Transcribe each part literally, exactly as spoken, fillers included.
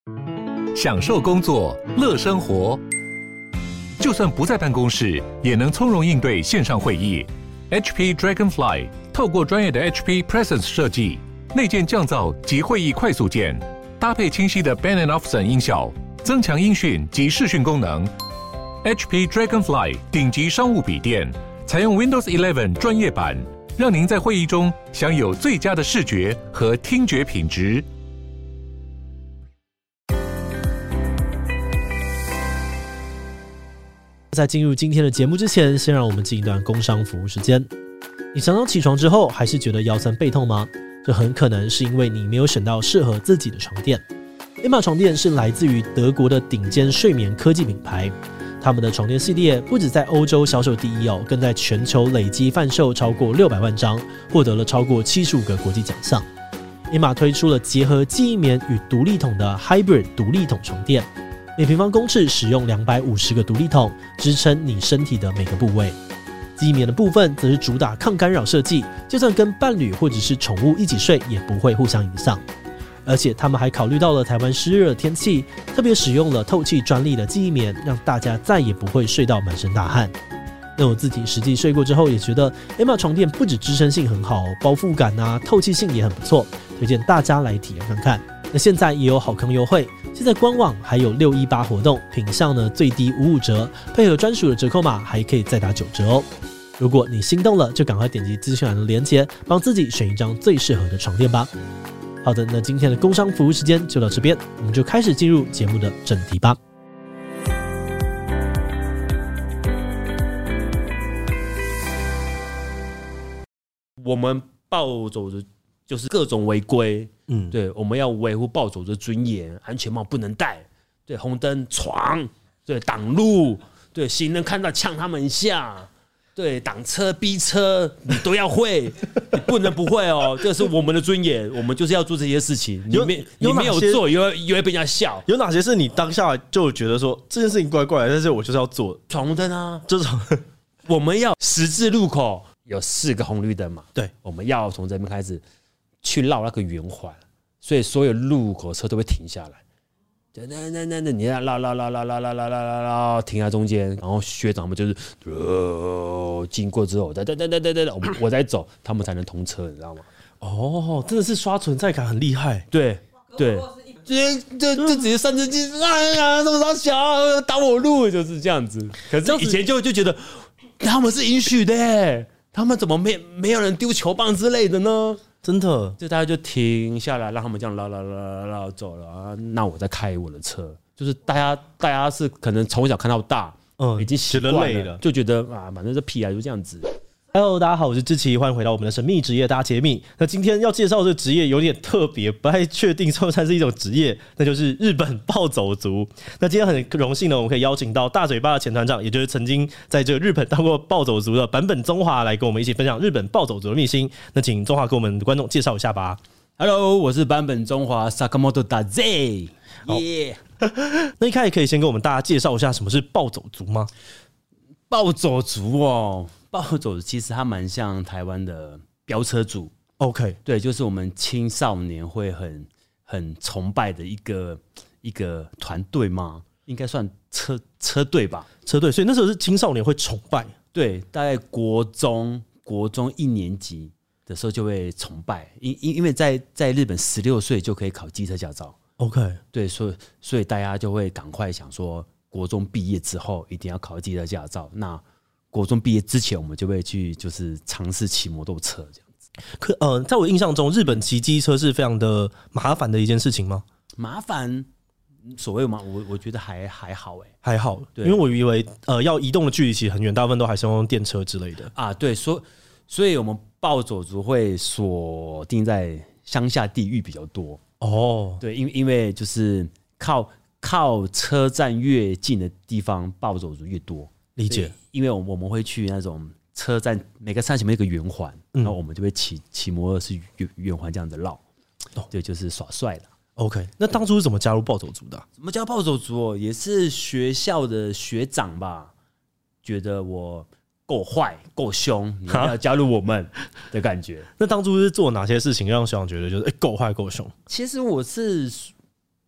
享受工作，乐生活。就算不在办公室，也能从容应对线上会议。H P Dragonfly 透过专业的 H P Presence 设计，内建降噪及会议快速键，搭配清晰的 Bang and Olufsen 音效，增强音讯及视讯功能。H P Dragonfly 顶级商务笔电，采用 Windows 十一专业版，让您在会议中享有最佳的视觉和听觉品质。 在进入今天的节目之前，先让我们进一段工商服务时间。你常常起床之后还是觉得腰酸背痛吗？这很可能是因为你没有选到适合自己的床垫。Emma 床垫是来自于德国的顶尖睡眠科技品牌，他们的床垫系列不止在欧洲销售第一哦，更在全球累积贩售超过六百万张，获得了超过七十五个国际奖项。Emma 推出了结合记忆棉与独立筒的 Hybrid 独立筒床垫，每平方公尺使用两百五十个独立筒，支撑你身体的每个部位。记忆棉的部分则是主打抗干扰设计，就算跟伴侣或者是宠物一起睡，也不会互相影响。而且他们还考虑到了台湾湿热的天气，特别使用了透气专利的记忆棉，让大家再也不会睡到满身大汗。那我自己实际睡过之后也觉得 Emma 床垫不止支撑性很好，包覆感啊、透气性也很不错，推荐大家来体验看看。那现在也有好康优惠，现在官网还有六一八活动，品项呢最低五五折，配合专属的折扣码还可以再打九折哦。如果你心动了，就赶快点击资讯栏的连结，帮自己选一张最适合的床垫吧。好的，那今天的工商服务时间就到这边，我们就开始进入节目的正题吧。 我们暴走的就是各种违规，嗯，对，我们要维护暴走的尊严，安全帽不能戴，对，红灯闯，对，挡路，对，行人看到呛他们一下，对，挡车逼车你都要会，你不能不会哦，这是我们的尊严，我们就是要做这些事情，你没你没有做，也会也会被人家笑。 有哪些是你当下就觉得说这件事情怪怪的，但是我就是要做？ 闯红灯啊， 这种我们要十字路口有四个红绿灯嘛， 对， 我们要从这边开始去绕那个圆环，所以所有路口车都会停下来。那那那那，你要绕绕绕绕绕绕绕绕绕，停在中间，然后学长们就是呃经过之后，哒哒哒哒哒哒，我我再走，他们才能通车，你知道吗？ 哦，真的是刷存在感很厉害。 对对，这这这直接三只鸡啊，这么大小挡我路，就是这样子。可是以前就就觉得他们是允许的，他们怎么没没有人丢球棒之类的呢？ 真的， 就大家就停下来，让他们这样绕绕绕绕走了啊。那我再开我的车，就是大家大家是可能从小看到大，嗯，已经习惯了，累了，就觉得啊，反正这屁啊就这样子。 Hello， 大家好，我是志祺，欢迎回到我们的神秘职业大揭秘。那今天要介绍这个职业有点特别，不太确定算不算是一种职业，那就是日本暴走族。那今天很荣幸呢，我们可以邀请到大嘴巴的前团长，也就是曾经在这个日本当过暴走族的坂本宗华来跟我们一起分享日本暴走族的秘辛。那请宗华给我们的观众介绍一下吧。 Hello， 我是坂本宗华 Sakamoto Daze。耶！ 那一开始可以先跟我们大家介绍一下什么是暴走族吗？ 暴走族哦。暴走其实它蛮像台湾的飙车族 ，OK， 对，就是我们青少年会很很崇拜的一个一个团队嘛，应该算车车队吧， 车队。所以那时候是青少年会崇拜， 对，大概国中国中一年级的时候就会崇拜，因因因为在在日本十六岁就可以考机车驾照 ，OK， 对，所以所以大家就会赶快想说，国中毕业之后一定要考机车驾照，那国中毕业之前，我们就会去就是尝试骑摩托车这样子。 可呃，在我印象中，日本骑机车是非常的麻烦的一件事情吗？ 麻烦，所谓嘛，我我觉得还还好哎、欸， 还好，因为我以为呃要移动的距离其实很远，大部分都还是用电车之类的啊。对，所所以我们暴走族会锁定在乡下地域比较多哦。对，因为因为就是靠靠车站越近的地方，暴走族越多。 理解， 因为我们会去那种车站，每个站前面有个圆环，嗯、然后我们就会骑骑摩托是圆圆环这样子绕，哦、对，就是耍帅的。 OK， 那当初是怎么加入暴走族的、啊？ 怎么加入暴走族、哦？也是学校的学长吧，觉得我够坏、够凶，你要加入我们的感觉。 那当初是做哪些事情让学长觉得就是哎够坏、够凶？ 其实我是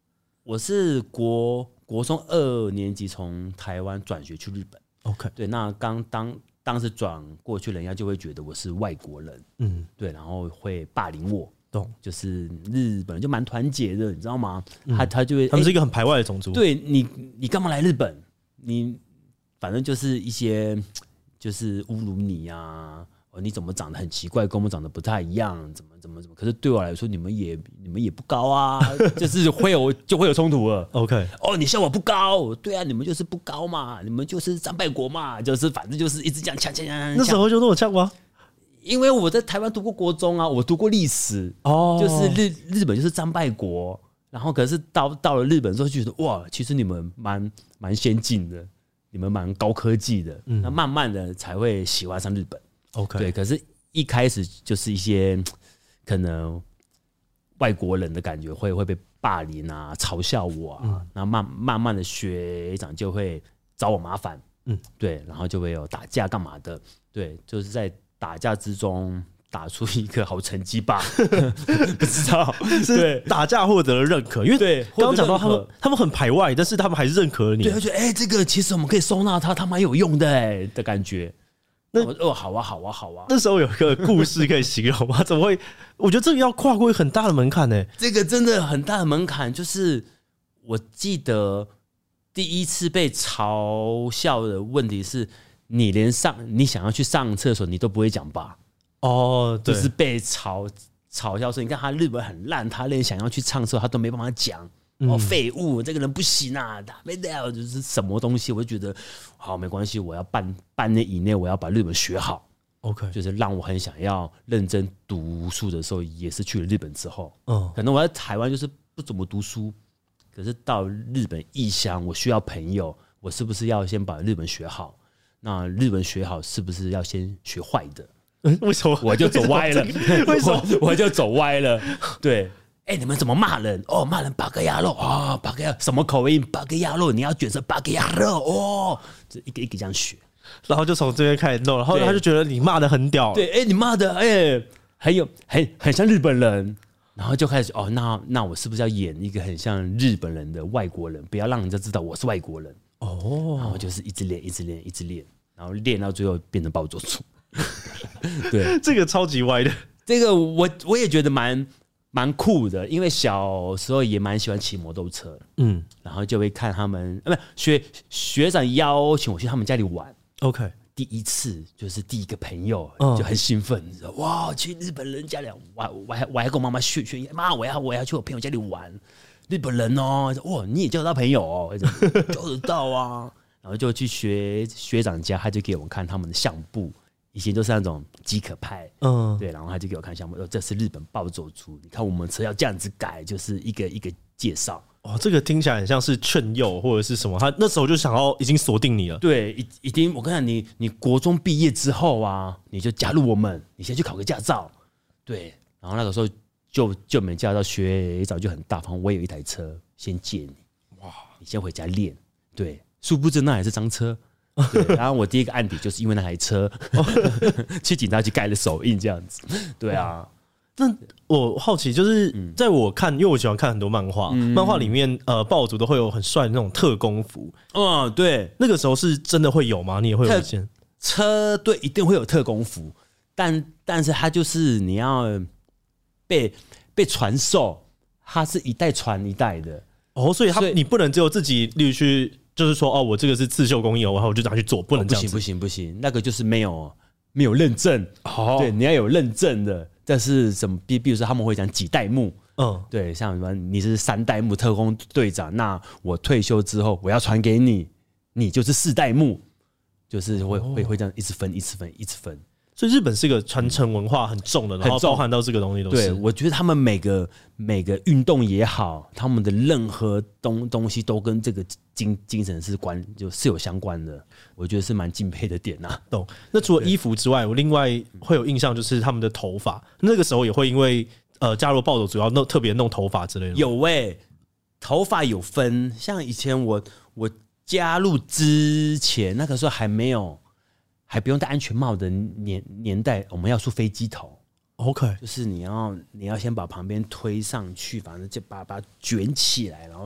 我是国国中二年级从台湾转学去日本。 OK， 对，那刚当当时转过去，人家就会觉得我是外国人，嗯，对，然后会霸凌我， 懂？ 就是日本人就蛮团结的，你知道吗？嗯、他他就会， 他们是一个很排外的种族。 对你，你干嘛来日本？你反正就是一些就是侮辱你啊。哦，你怎么长得很奇怪，跟我们长得不太一样，怎么怎么怎么？可是对我来说，你们也你们也不高啊，就是会有就会有冲突了。 OK， 哦，你笑我不高，对啊，你们就是不高嘛，你们就是战败国嘛，就是反正就是一直这样呛呛呛。 那时候就那么呛吗？ 因为我在台湾读过国中啊，我读过历史，哦，就是日日本就是战败国，然后可是到到了日本之后，就觉得哇，其实你们蛮蛮先进的，你们蛮高科技的，嗯、那慢慢的才会喜欢上日本。 OK， 对，可是一开始就是一些可能外国人的感觉会会被霸凌啊、嘲笑我啊，嗯、然后慢慢慢的学长就会找我麻烦，嗯，对，然后就会有打架干嘛的，对，就是在打架之中打出一个好成绩吧，不知道， 对，打架获得了认可，因为对， 刚刚讲到他们他们很排外，但是他们还是认可了你， 对，他觉得哎、欸，这个其实我们可以收纳他，他蛮有用的哎、欸、的感觉。那哦，好啊，好啊，好啊！ 那时候有一个故事可以形容吗？怎么会？我觉得这个要跨过很大的门槛呢、欸。 这个真的很大的门槛，就是我记得第一次被嘲笑的问题是，你连上你想要去上厕所，你都不会讲吧？ 哦，对， 就是被嘲嘲笑说，你看他日文很烂，他连想要去上厕所他都没办法讲。哦，废物，这个人不行啊！打没掉就是什么东西，我就觉得好没关系，我要半半年以内我要把日文学好。 OK， 就是让我很想要认真读书的时候，也是去了日本之后， 嗯， 可能我在台湾就是不怎么读书，可是到日本异乡，我需要朋友，我是不是要先把日本学好？那日本学好，是不是要先学坏的？ 为什么我就走歪了？ 为什么我就走歪了？对。哎、欸，你们怎么骂人？哦，骂人八个鸭肉啊，八个鸭什么口音？八个鸭肉，你要卷成八个鸭肉哦，就一个一个这样学， 然后就从这边开始弄，然后他就觉得你骂的很屌， 对，哎、欸，你骂的哎、欸，很有很很像日本人，然后就开始哦，那那我是不是要演一个很像日本人的外国人？不要让人家知道我是外国人哦，然后就是一直练，一直练，一直练，然后练到最后变成暴走族。对， 这个超级歪的， 这个我我也觉得蛮。蛮酷的，因为小时候也蛮喜欢骑摩托车，嗯，然后就会看他们，呃，不学学长邀请我去他们家里玩 ，OK， 第一次就是第一个朋友、嗯、就很兴奋，哇，去日本人家里，我我还我还跟我妈妈炫炫，妈，我要我要去我朋友家里玩，日本人哦，哇，你也交得到朋友哦，交得到啊，然后就去学学长家，他就给我看他们的相簿。以前都是那种饥渴派，嗯，对，然后他就给我看项目，哦，这是日本暴走族，你看我们车要这样子改，就是一个一个介绍。 哦，这个听起来很像是劝诱或者是什么，他那时候就想要已经锁定你了。 对，已已经，我跟你讲，你你国中毕业之后啊，你就加入我们，你先去考个驾照，对，然后那个时候就就没驾照，学长就很大方，我有一台车，先借你，哇，你先回家练，对，殊不知那还是赃车。对，然后我第一个案底就是因为那台车去警察局盖了手印这样子。对啊， 那我好奇就是在我看，因为我喜欢看很多漫画，嗯、漫画里面呃暴族都会有很帅的那种特工服。 嗯，对， 那个时候是真的会有吗？你也会有一件车队一定会有特工服，但但是它就是你要被被传授，它是一代传一代的。 哦，所以它你不能只有自己例如去。就是说，哦，我这个是刺绣工艺，然后我就拿去做，不能这样子。 哦、不行，不行，不行，那个就是没有没有认证。哦，对，你要有认证的。但是什么？比比如说他们会讲几代目，嗯，对，像什么你是三代目特工队长，那我退休之后我要传给你，你就是四代目，就是会、哦、会会这样一直分，一直分，一直分。 所以日本是个传承文化很重的，然后包含到这个东西都是。 对，我觉得他们每个每个运动也好，他们的任何东东西都跟这个精精神是关，就是有相关的。我觉得是蛮敬佩的点呐、啊。 懂。那除了衣服之外，我另外会有印象就是他们的头发，那个时候也会因为呃加入暴走，主要弄特别弄头发之类的。 有诶、欸，头发有分，像以前我我加入之前，那个时候还没有。还不用戴安全帽的年年代，我们要梳飞机头 ，OK， 就是你要你要先把旁边推上去，反正就把把它卷起来，然后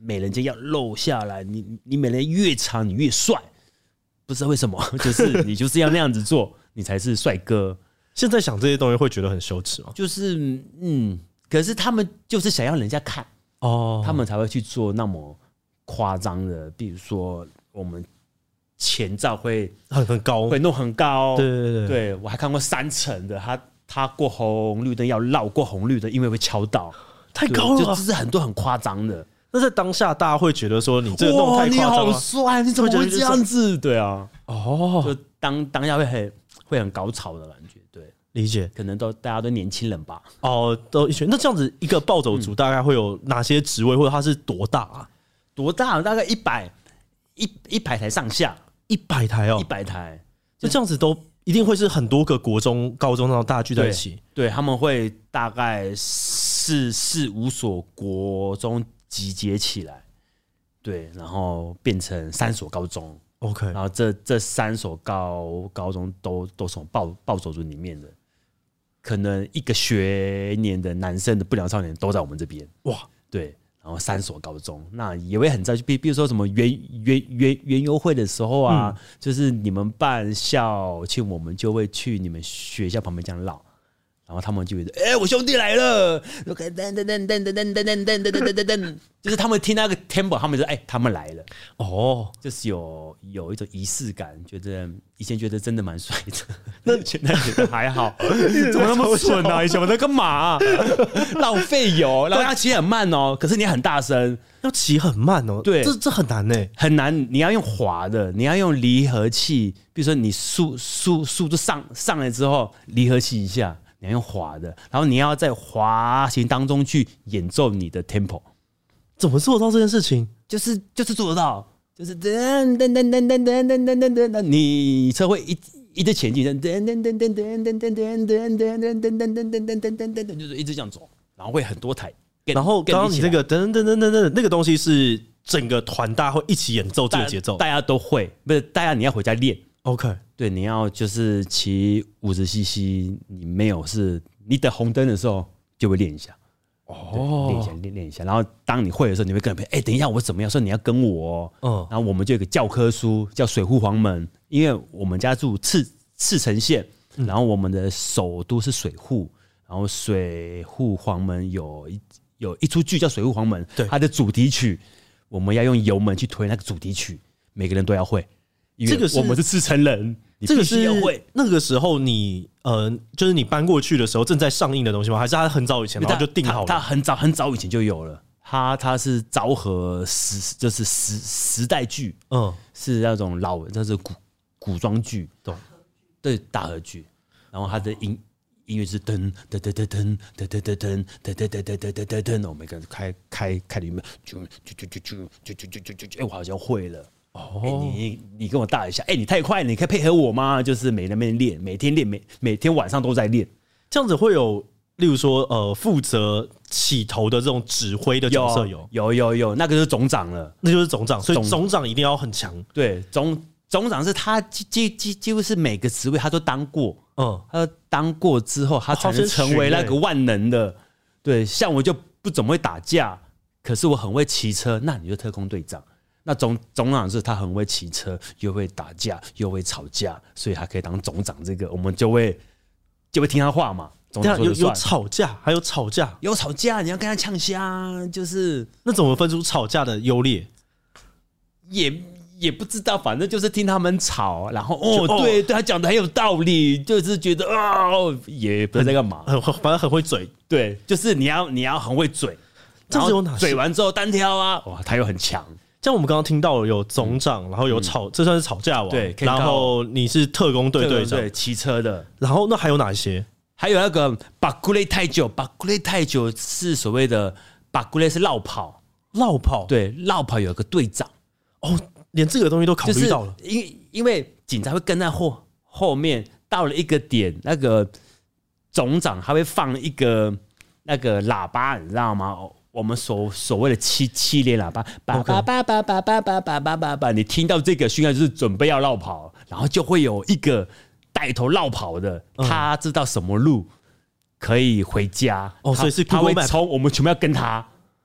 美人尖要露下来，你你美人越长你越帅，不知道为什么，就是你就是要那样子做，你才是帅哥。 现在想这些东西会觉得很羞耻吗？ 就是嗯，可是他们就是想要人家看哦，他们才会去做那么夸张的，比如说我们前照会很很高， 会弄很高， 对对对， 对我还看过三层的，他他过红绿灯要绕过红绿灯，因为会敲到， 太高了， 就就是很多很夸张的。 那在当下，大家会觉得说你这个弄太夸张了， 你好帅，你怎么会这样子？对啊， 哦， 就当当下会很会很高潮的感觉，对， 理解， 可能都大家都年轻人吧。 哦，都一群。那这样子，一个暴走族大概会有哪些职位，或者他是多大啊？ 多大？大概一百一一百台上下， 一百台哦， 一百台。 那这样子都一定会是很多个国中、高中，然后大家聚在一起。 对，对他们会大概四四五所国中集结起来，对，然后变成三所高中。 OK， 然后这这三所高高中都都从暴暴走族里面的，可能一个学年的男生的不良少年都在我们这边。哇，对。然后三所高中，那也会很在，比比如说什么园园园园游会的时候啊，嗯、就是你们办校庆，我们就会去你们学校旁边这样绕，然后他们就会说：“哎、欸，我兄弟来了！”噔噔噔噔噔噔噔噔噔噔噔噔噔，就是他们听那个 tempo， 他们就说：“哎、欸，他们来了。”哦，就是有有一种仪式感，觉得以前觉得真的蛮帅的，那现在觉得还好，怎么那么蠢啊？以前我在干嘛、啊？浪费油，然后要骑很慢哦，可是你很大声， 要骑很慢哦， 对， 这这很难呢， 很难。你要用滑的，你要用离合器，比如说你速速速度上上来之后，离合器一下。你要用滑的，然后你要在滑行当中去演奏你的 tempo， 怎么做到这件事情？ 就是就是做得到，就是噔噔噔噔噔噔噔噔噔噔，你车会一一直前进，噔噔噔噔噔噔噔噔噔噔噔噔噔噔噔噔噔噔，就是一直这样走，然后会很多台。 然后刚刚你这个噔噔噔噔噔那个东西是整个团大会一起演奏这个节奏， 大家都会，不是大家你要回家练。 OK， 对，你要就是骑五十 C C， 你没有是你等红灯的时候就会练一下，哦，练一下练练一下，然后当你会的时候，你会跟人哎、欸，等一下我怎么样？说你要跟我、哦，嗯，然后我们就有个教科书叫水户黄门，因为我们家住赤赤城县，然后我们的首都是水户，然后水户黄门有一有一出剧叫《水户黄门》，对，它的主题曲我们要用油门去推那个主题曲，每个人都要会。这个是我们是赤城人， 这个是那个时候你呃，就是你搬过去的时候正在上映的东西吗？还是他很早以前然后就定好了？ 他很早很早以前就有了，他他是昭和时就是时时代剧，嗯，是那种老那是古古装剧，懂？对，大河剧，然后他的音音乐是噔噔噔噔噔噔噔噔噔噔噔噔噔噔噔噔，我每个人开开开里面，就就就就就就就就就就，哎，我好像会了。哦、欸，你你跟我大一下，哎、欸，你太快了，你可以配合我吗？就是每那边练，每天练，每每天晚上都在练， 这样子会有，例如说，呃，负责起头的这种指挥的角色有， 有有有，那个是总长了， 那就是总长，所以总长一定要很强。 对，总总长是他几几几乎是每个职位他都当过，嗯，他当过之后，他才能成为那个万能的。对，像我就不怎么会打架，可是我很会骑车，那你就特工队长。那总总长是他很会骑车，又会打架，又会吵架，所以他可以当总长。这个我们就会就会听他话嘛。总长说有有吵架，还有吵架， 有吵架，你要跟他呛虾，就是那怎么分出吵架的优劣？ 也也不知道，反正就是听他们吵，然后哦，对对，他讲的很有道理，就是觉得哦，也不知道在干嘛， 很反正很会嘴， 对，就是你要你要很会嘴， 这是有哪些？ 嘴完之后单挑啊，哇，他又很强。 像我们刚刚听到有总长，然后有吵，嗯、这算是吵架王。对，然后你是特工队队长， 对，骑车的。 然后那还有哪些？ 还有那个巴古雷太久，巴古雷太久是所谓的巴古雷是绕跑， 绕跑。 对，绕跑有个队长。 哦，连这个东西都考虑到了。 就是、因因为警察会跟在后后面，到了一个点，那个总长他会放一个那个喇叭，你知道吗？我们所所谓的七七连喇叭，叭叭叭叭叭叭叭叭叭叭叭，你听到这个讯号就是准备要绕跑，然后就会有一个带头绕跑的，他知道什么路可以回家， 哦，所以是他会冲，我们全部要跟他，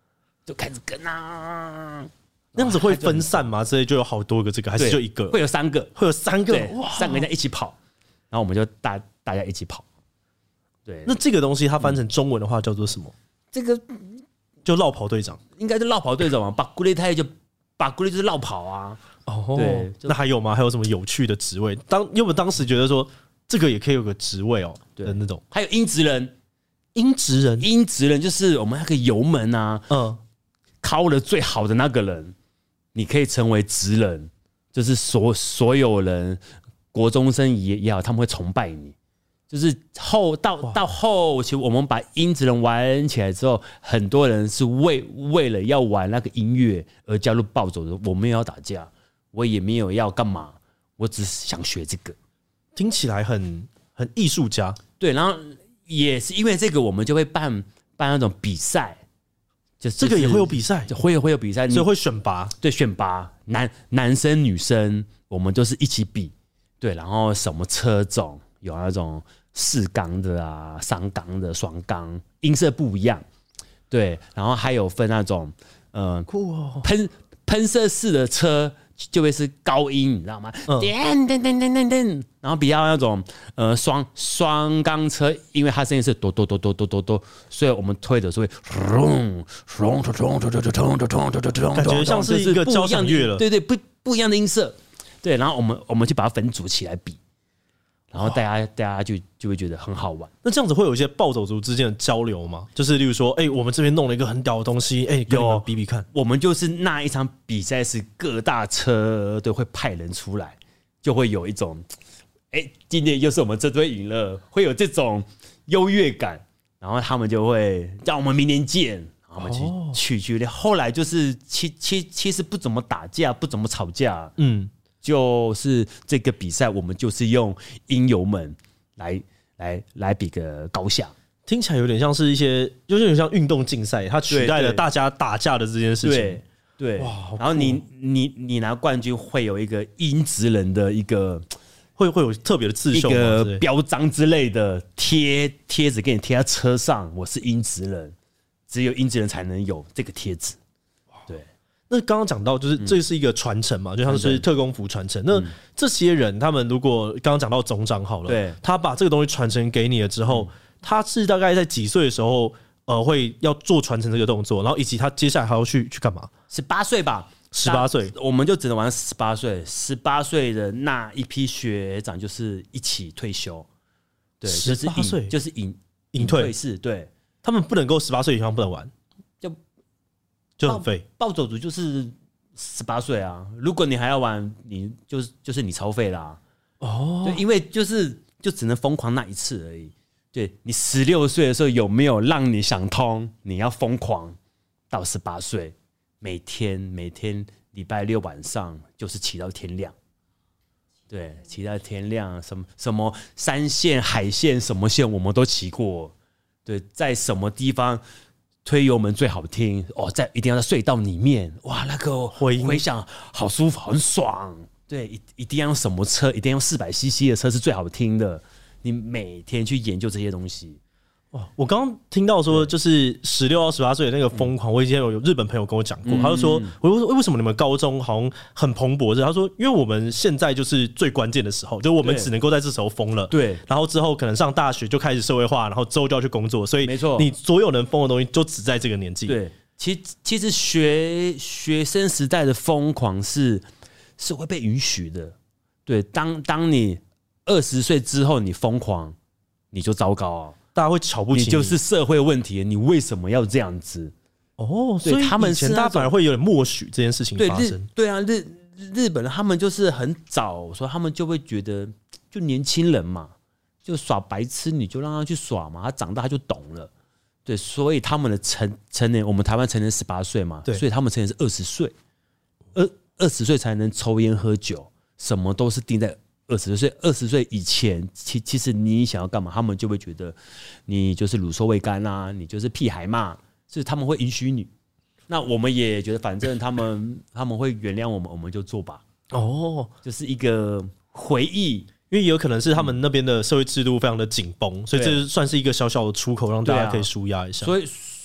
就开始跟啊。 那样子会分散吗？这里就有好多个这个，还是就一个？ 会有三个， 会有三个， 哇，三个人家一起跑，然后我们就大大家一起跑。对， 那这个东西它翻成中文的话叫做什么？ 这个就绕跑队长， 应该是绕跑队长嘛。把古力太就把古力就是绕跑啊。 哦， 对， 那还有吗？还有什么有趣的职位？当因为我当时觉得说这个也可以有个职位哦的那种， 还有音职人， 音职人， 音职人就是我们那个油门啊， 嗯， 敲的最好的那个人。你可以成为职人，就是所所有人，国中生也也好，他们会崇拜你。就是后到到后期，我们把音职人玩起来之后，很多人是为为了要玩那个音乐而加入暴走的。我没有要打架，我也没有要干嘛，我只是想学这个。 听起来很很艺术家。 对，然后也是因为这个，我们就会办办那种比赛。就这个也会有比赛， 会有会有比赛， 所以会选拔。 对，选拔男男生女生，我们都是一起比。对，然后什么车种有那种四缸的啊、三缸的、双缸，音色不一样。对，然后还有分那种呃， 酷哦， 喷喷射式的车就会是高音，你知道吗？噔噔噔噔噔噔，然后比较那种呃双双缸车，因为它声音是哆哆哆哆哆哆哆，所以我们推的是会轰轰轰轰轰轰轰， 感觉像是一个交响乐了。 对对，不不一样的音色。对，然后我们我们就把它分组起来比。然后大家大家就就会觉得很好玩。 那这样子会有一些暴走族之间的交流吗？就是例如说，哎、欸，我们这边弄了一个很屌的东西，哎、欸，跟你们比比看。 我们就是那一场比赛是各大车都会派人出来，就会有一种，哎、欸，今天又是我们这队赢了，会有这种优越感。然后他们就会让我们明年见，然后我们去、哦、去去。后来就是其其其实不怎么打架，不怎么吵架，嗯。就是这个比赛，我们就是用音油门来来来比个高下， 听起来有点像是一些，就是有点像运动竞赛，它取代了大家打架的这件事情。 对对，哇！然后你你你拿冠军会有一个音职人的一个， 会会有特别的刺绣，一个标章之类的贴贴纸给你贴在车上，我是音职人，只有音职人才能有这个贴纸。 那刚刚讲到，就是这是一个传承嘛，嗯、就像是特工服传承。那这些人，他们如果刚刚讲到总长好了， 对， 他把这个东西传承给你了之后，嗯、他是大概在几岁的时候，呃，会要做传承这个动作，然后以及他接下来还要去去干嘛？ 十八岁吧， 十八岁， 我们就只能玩十八岁。十八岁的那一批学长就是一起退休，对， 十八岁就是隐隐退式，对， 他们不能够十八岁以上不能玩。就很废， 暴走族就是十八岁啊！如果你还要玩，你就是就是你超废啦、啊。哦，对，因为就是就只能疯狂那一次而已。对，你十六岁的时候有没有让你想通？你要疯狂到十八岁，每天每天礼拜六晚上就是骑到天亮。对，骑到天亮，什么什么山线、海线，什么线我们都骑过。对，在什么地方？推油门最好听哦，在一定要在隧道里面，哇，那个回回响好舒服，很爽。对，一一定要用什么车，一定要用四百 C C 的车是最好听的。你每天去研究这些东西。 哇！我刚刚听到说，就是十六到十八岁的那个疯狂，我以前有有日本朋友跟我讲过，嗯、他就说，我说为什么你们高中好像很蓬勃着？他说，因为我们现在就是最关键的时候，就我们只能够在这时候疯了。 对， 然后之后可能上大学就开始社会化，然后之后就要去工作，所以没错， 你所有能疯的东西就只在这个年纪。 对，其其实学学生时代的疯狂是是会被允许的。对，当当你二十岁之后你疯狂，你就糟糕啊。 大家会瞧不起你， 你就是社会问题，你为什么要这样子？ 哦，所以他们以前大家反而会有点默许这件事情发生。 对, 对啊，日日本人他们就是很早，所以他们就会觉得，就年轻人嘛，就耍白痴，你就让他去耍嘛，他长大他就懂了。对，所以他们的成成年，我们台湾成年十八岁嘛，所以他们成年是二十岁，二二十岁才能抽烟喝酒，什么都是定在。二十岁，二十岁以前，其其实你想要干嘛，他们就会觉得你就是乳臭未干啊，你就是屁孩嘛，所以他们会允许你。那我们也觉得，反正他们他们会原谅我们，我们就做吧。哦，就是一个回忆， 因为也有可能是他们那边的社会制度非常的紧绷，所以这算是一个小小的出口，让大家可以抒压一下。 所以，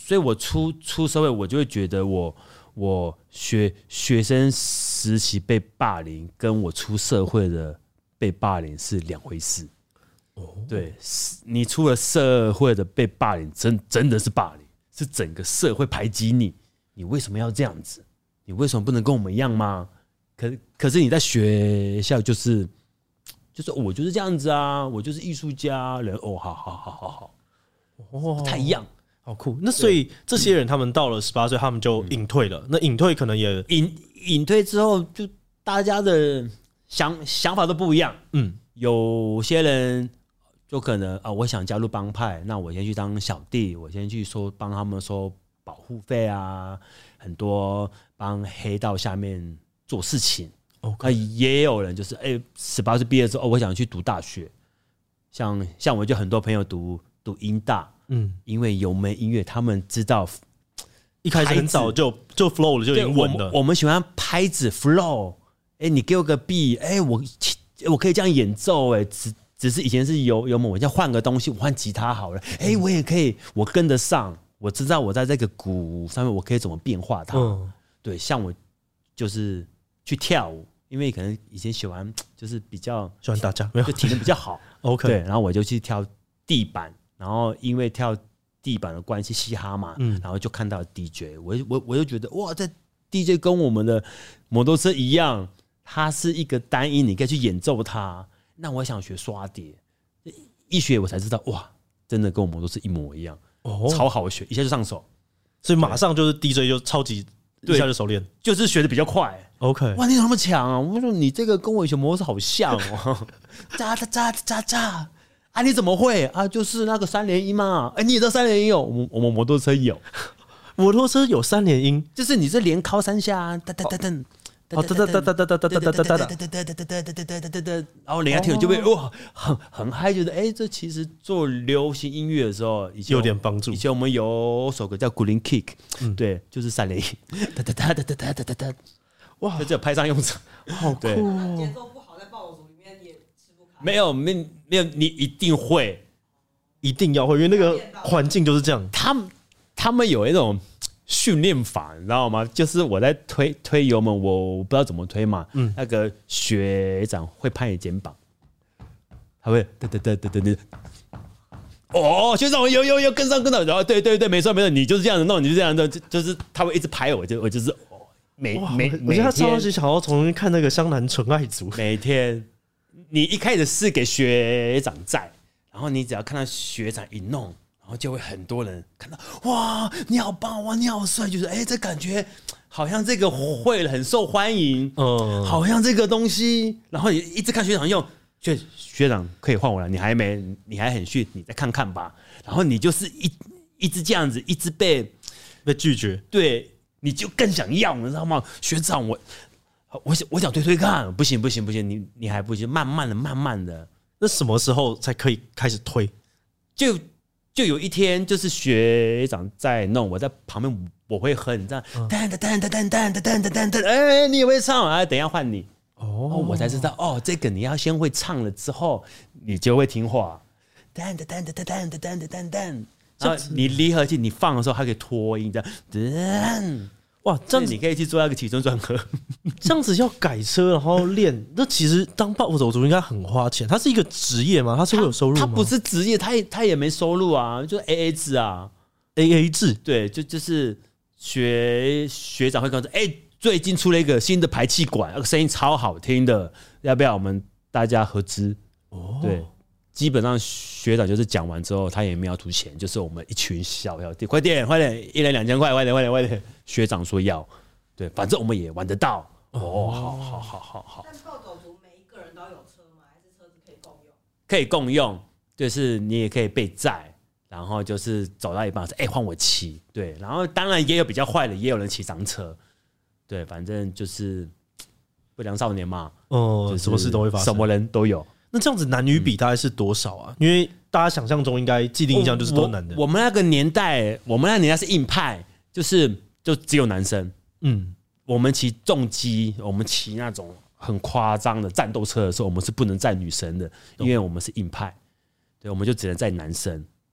所以我出出社会，我就会觉得我我学学生时期被霸凌，跟我出社会的被霸凌是两回事。哦，对，你出了社会的被霸凌，真真的是霸凌，是整个社会排挤你。你为什么要这样子？你为什么不能跟我们一样吗？可可是你在学校就是就是我就是这样子啊，我就是艺术家人哦，好好好好好，哦，不太一样。 好酷！那所以这些人他们到了十八岁，他们就隐退了。那隐退可能也隐隐退之后，就大家的想想法都不一样。嗯，有些人就可能啊，我想加入帮派，那我先去当小弟，我先去收帮他们收保护费啊，很多帮黑道下面做事情。Okay. 也有人就是哎，十八岁毕业之后，哦，我想去读大学。像像我就很多朋友读读英大。嗯，因为有门音乐，他们知道一开始很早就就 flow 了，就已经稳了。 我们喜欢拍子 flow， 哎，欸，你给我个 beat， 哎，欸，我我可以这样演奏，哎，欸，只只是以前是有有门，我现在换个东西，我换吉他好了，哎，欸，我也可以，我跟得上，我知道我在这个鼓上面我可以怎么变化它。嗯，对，像我就是去跳舞，因为可能以前喜欢就是比较喜欢打架， 就体能比较好。 OK， 对，然后我就去跳地板。然后因为跳地板的关系，嘻哈嘛，嗯，然后就看到 D J， 我我我就觉得哇，这 D J 跟我们的摩托车一样，它是一个单音，你可以去演奏它。那我想学刷碟，一学我才知道哇，真的跟我摩托车一模一样，哦，超好学，一下就上手， 所以马上就是 D J 就超级一下就熟练， 就是学的比较快。 OK， 哇，你怎么那么强啊？我说你这个跟我以前摩托车好像哦，喳喳喳喳喳。啊，你怎么会啊？就是那个三连音嘛。哎，欸，你也知道三连音有，我们我们摩托车有， 摩托车有三连音， 就是你是连敲三下，哒哒哒哒， 哦哒哒哒哒哒哒哒哒哒哒哒哒哒哒哒哒哒，然后人家听了就会哇，很很嗨，觉得哎，这其实做流行音乐的时候有点帮助。 以前我们有首歌叫《Green Kick》，对，就是三连音，哒哒哒哒哒哒哒哒，哇，就只有拍上用场， 好酷哦。 节奏不好，在暴走组里面也吃不开。 没有，没没有，你一定会， 一定要会，因为那个环境就是这样。 他们他们有一种训练法，你知道吗？就是我在推推油门，我不知道怎么推嘛。嗯，那个学长会拍你肩膀，他会噔噔噔噔噔噔。哦，学长，我有有有跟上跟上，然后对对对，没错没错，你就是这样子弄，你就这样弄，就就是他会一直拍我，就我就是哦，每每我觉得他超级想要重新看那个湘南纯爱组， 每天。你一开始是给学长在，然后你只要看到学长一弄，然后就会很多人看到哇，你好棒哇，你好帅，就是哎，这感觉好像这个会了很受欢迎，嗯，好像这个东西，然后你一直看学长用，学学长可以换我了，你还没，你还很逊，你再看看吧，然后你就是一一直这样子，一直被被拒绝， 对，你就更想要，你知道吗？学长我。我想，我想推推看，不行，不行，不行，你你还不行，慢慢的，慢慢的。 那什么时候才可以开始推？ 就就有一天，就是学长在弄，我在旁边，我会哼，你这样，噔噔噔噔噔噔噔噔噔噔，哎，你也会唱啊？等一下换你，哦，我才知道，哦，这个你要先会唱了之后，你就会听话。噔噔噔噔噔噔噔噔噔噔，然后你离合器你放的时候，它可以拖音，这样，噔。 哇，这样子你可以去做那个起承转合， 这样子要改车然后练，那其实当暴走族应该很花钱。它是一个职业吗？它是会有收入吗？ 它不是职业，它也它也没收入啊，就是 A A 制啊 ，A A 制， 对，就就是学学长会跟我说，哎，欸，最近出了一个新的排气管，那个声音超好听的，要不要我们大家合资？哦，对。基本上学长就是讲完之后，他也没有出钱，就是我们一群小小弟，快点快点，一人两千块，快点快点快点。学长说要，对，反正我们也玩得到。哦，好好好好好。 但暴走族每一个人都有车吗？还是车子可以共用？ 可以共用，就是你也可以被载，然后就是走到一半说，哎，换我骑，对，然后当然也有比较坏的，也有人骑长车，对，反正就是不良少年嘛， 哦，就是什么事都会发生， 什么人都有。 那这样子男女比大概是多少啊？因为大家想象中应该既定印象就是都男的。 我, 我们那个年代，我们那个年代是硬派，就是就只有男生。嗯，我们骑重机，我们骑那种很夸张的战斗车的时候，我们是不能载女生的，因为我们是硬派。对，我们就只能载男生。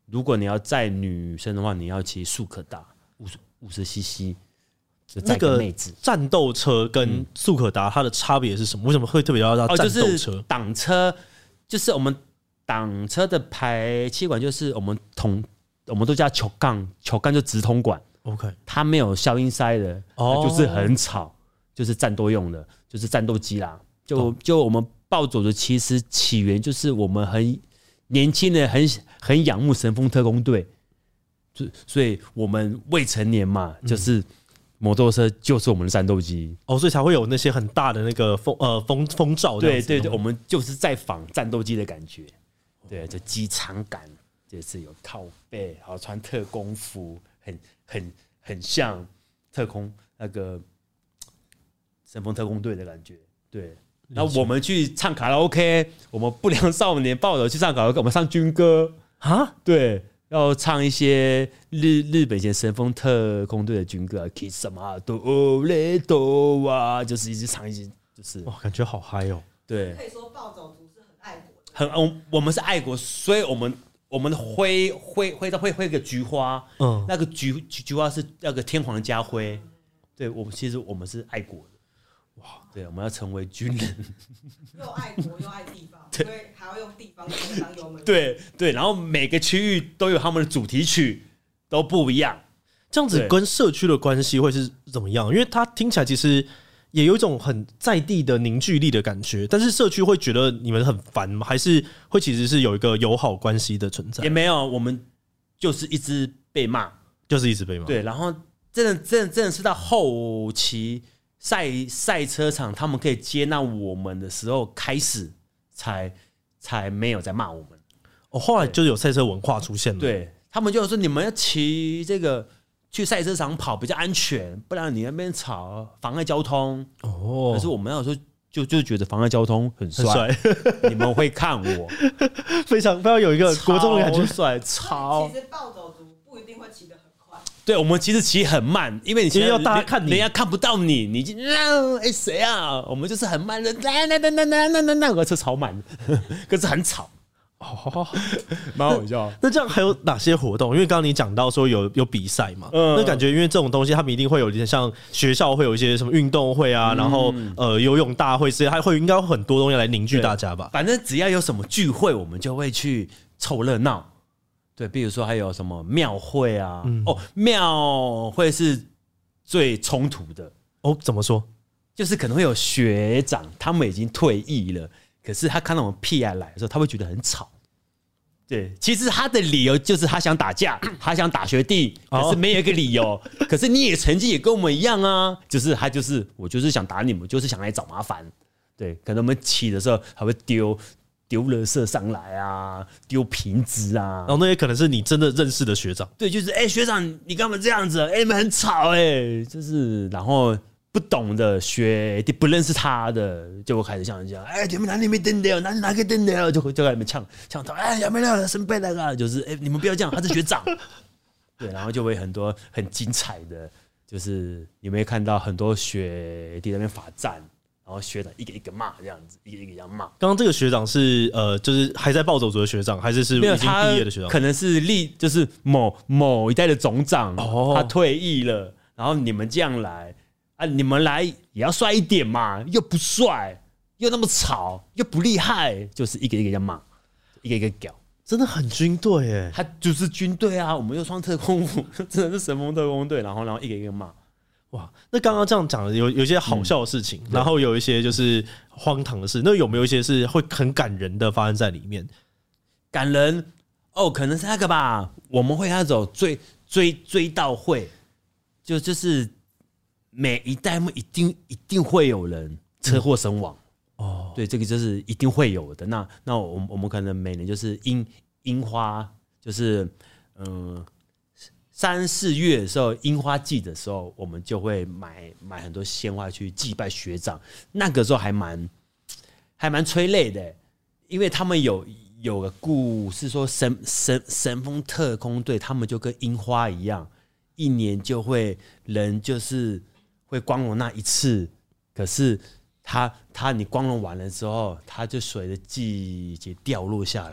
如果你要载女生的话，你要骑速可达五十五十 C C， 就载个妹子。 战斗车跟速可达它的差别是什么？为什么会特别要叫战斗车？ 哦，就是挡车，就是我们挡车的排气管，就是我们同我们都叫球杠，球杠就直通管。 OK， 它没有消音塞的，它就是很吵，就是战斗用的，就是战斗机啦。就就我们暴走的其实起源就是我们很年轻人很很仰慕神风特攻队，所以我们未成年嘛，就是摩托车就是我们的战斗机哦，所以才会有那些很大的那个风呃风风罩。 对对对，我们就是在仿战斗机的感觉，对，就机场感，就是有靠背，好穿特工服，很很很像特工那个神风特工队的感觉，对。然后我们去唱卡拉 OK， 我们不良少年暴走去唱卡拉 OK， 我们唱军歌啊，对，要唱一些日日本以前神风特工队的军歌 ，Kiss 什么都雷都啊，就是一直唱一些，就是哇，感觉好嗨哦。 对，可以说暴走族是很爱国的， 很我我们是爱国，所以我们我们挥挥挥到会挥个菊花，嗯，那个菊菊花是那个天皇家徽，对我们其实我们是爱国的。哇，对，我们要成为军人， 又爱国又爱地方，所以还要用地方当油门。 对对，然后每个区域都有他们的主题曲，都不一样。 这样子跟社区的关系会是怎么样？因为它听起来其实也有一种很在地的凝聚力的感觉，但是社区会觉得你们很烦吗？还是会其实是有一个友好关系的存在？ 也没有，我们就是一直被骂， 就是一直被骂。 对，然后真的真的真的是到后期。赛赛车场他们可以接纳我们的时候，开始才才没有在骂我们。 哦，后来就有赛车文化出现了。 对，他们就说你们要骑这个去赛车场跑比较安全，不然你那边吵妨碍交通。哦，可是我们有时候就就觉得妨碍交通很帅，你们会看我， 非常非常有一个国中的感觉， 帅超。 其实暴走族不一定会骑得很快。 对，我们其实骑很慢，因为你其实要大家看你， 人家看不到你，你就哎谁啊？我们就是很慢的，来来来来来来来，那个车超慢，可是很吵，哦，蛮好笑。 那这样还有哪些活动？因为刚刚你讲到说有有比赛嘛，嗯，那感觉因为这种东西，他们一定会有点像学校会有一些什么运动会啊，嗯、然后呃游泳大会之类，还会应该有很多东西来凝聚大家吧。 反正只要有什么聚会，我们就会去凑热闹。对，比如说还有什么庙会啊，嗯、哦，庙会是最冲突的哦。怎么说？ 就是可能会有学长，他们已经退役了，可是他看到我们 P I 来的时候，他会觉得很吵。对，其实他的理由就是他想打架，他想打学弟，可是没有一个理由。哦、可是你也成绩也跟我们一样啊，就是他就是我就是想打你们，就是想来找麻烦。对，可能我们起的时候还会丢。丢垃圾上来啊，丢瓶子啊， 然后那些可能是你真的认识的学长。 对，就是哎、欸，学长，你干嘛这样子？哎、欸，你们很吵哎、欸，就是然后不懂的学弟不认识他的，就会开始像人家，哎、欸，你们哪里没登掉？哪里哪个登掉？就就在里面呛呛他，哎、欸，有没有生背那个？就是哎、欸，你们不要这样，他是学长。对，然后就会很多很精彩的，就是你们会看到很多学弟在那边罚站。然后学长一个一个骂这样子，一个一个这样骂。 刚刚这个学长是呃，就是还在暴走族的学长，还是是已经毕业的学长？ 可能是历就是某某一代的总长，哦、他退役了。然后你们这样来啊，你们来也要帅一点嘛，又不帅，又那么吵，又不厉害，就是一个一个这样骂，一个一个屌， 真的很军队哎， 他就是军队啊，我们又穿特工服，真的是神风特工队，然后然后一个一个骂。 哇，那刚刚这样讲的有有一些好笑的事情，嗯、然后有一些就是荒唐的事，那有没有一些是会很感人的发生在里面？ 感人哦，可能是那个吧，我们会那种追追追悼会，就就是每一代目一定一定会有人车祸身亡、嗯、哦，对，这个就是一定会有的。那那我们我们可能每年就是樱樱花，就是嗯。呃三四月的时候，樱花季的时候，我们就会买买很多鲜花去祭拜学长。那个时候还蛮还蛮催泪的，因为他们有有个故事说神神神风特工队，他们就跟樱花一样，一年就会人就是会光荣那一次，可是他他你光荣完了之后，他就随着季节掉落下来。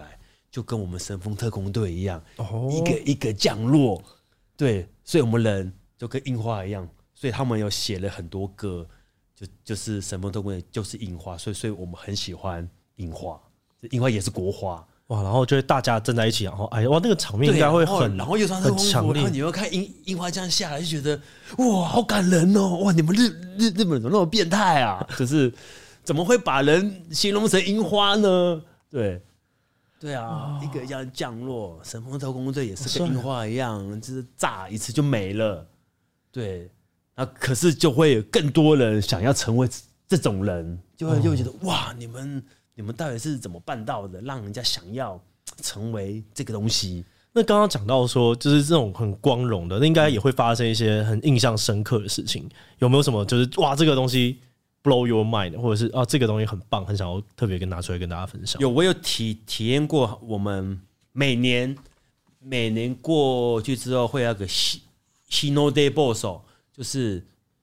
就跟我们神风特工队一样， 哦一个一个降落。对，所以我们人就跟樱花一样，所以他们有写了很多歌，就就是神风特工队就是樱花，所以所以我们很喜欢樱花，樱花也是国花。 哇，然后就会大家站在一起，然后哎哇，那个场面应该会很， 然后又穿特工服，然后你又看樱樱花这样下来，就觉得哇，好感人哦！哇，你们日日日本人怎么那么变态啊？就是怎么会把人形容成樱花呢？对，对啊，哦、一个一样降落，神风特工队也是跟樱花一样，就是炸一次就没了。对，那可是就会有更多人想要成为这种人，就会就会觉得、哦、哇，你们。你们到底是怎么办到的，让人家想要成为这个东西？ 那刚刚讲到说，就是这种很光荣的，那应该也会发生一些很印象深刻的事情。有没有什么就是哇，这个东西 blow your mind， 或者是啊，这个东西很棒，很想要特别跟拿出来跟大家分享？ 有，我有体体验过，我们每年每年过去之后会有个 Hino Day 报手，就是